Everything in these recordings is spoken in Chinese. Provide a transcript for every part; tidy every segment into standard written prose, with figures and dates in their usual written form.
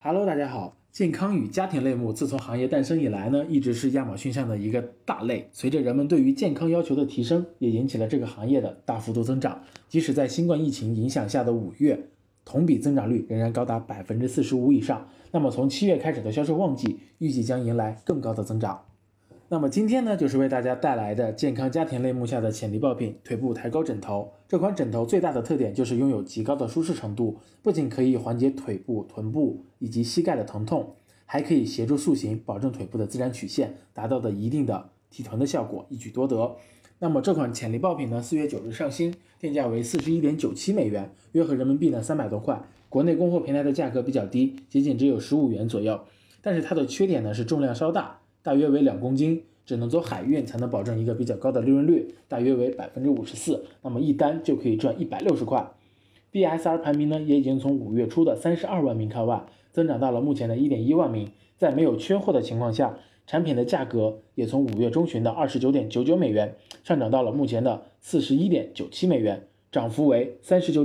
Hello，大家好。健康与家庭类目自从行业诞生以来呢，一直是亚马逊上的一个大类。随着人们对于健康要求的提升，也引起了这个行业的大幅度增长。即使在新冠疫情影响下的5月，同比增长率仍然高达45%以上。那么从7月开始的销售旺季，预计将迎来更高的增长。那么今天呢，就是为大家带来的健康家庭类目下的潜力爆品——腿部抬高枕头。这款枕头最大的特点就是拥有极高的舒适程度，不仅可以缓解腿部、臀部以及膝盖的疼痛，还可以协助塑形，保证腿部的自然曲线，达到的一定的提臀的效果，一举多得。那么这款潜力爆品呢，4月9日上新，定价为41.97美元，约合人民币呢300多块。国内供货平台的价格比较低，仅仅只有15元左右。但是它的缺点呢是重量稍大，大约为2公斤，只能走海运才能保证一个比较高的利润率，大约为54%，那么一单就可以赚160块。BSR 排名呢也已经从5月初的32万名开外，增长到了目前的1.1万名。在没有缺货的情况下，产品的价格也从5月中旬的29.99美元上涨到了目前的41.97美元，涨幅为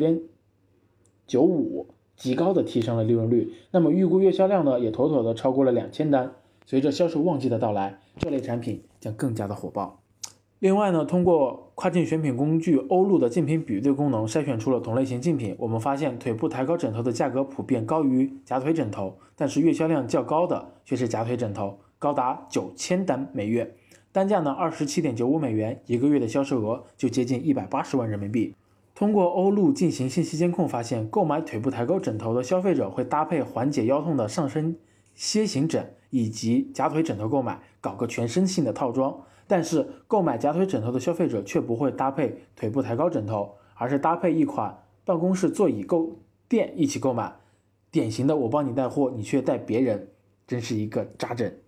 39.95%，极高的提升了利润率。那么预估月销量呢也妥妥的超过了2000单。随着销售旺季的到来，这类产品将更加的火爆。另外呢，通过跨境选品工具欧路的竞品比对功能筛选出了同类型竞品，我们发现腿部抬高枕头的价格普遍高于夹腿枕头，但是月销量较高的却是夹腿枕头，高达9000单每月，单价呢27.95美元，一个月的销售额就接近180万人民币。通过欧路进行信息监控发现，购买腿部抬高枕头的消费者会搭配缓解腰痛的上身楔形枕以及夹腿枕头购买，搞个全身性的套装。但是购买夹腿枕头的消费者却不会搭配腿部抬高枕头，而是搭配一款办公室座椅垫一起购买。典型的我帮你带货，你却带别人，真是一个扎枕。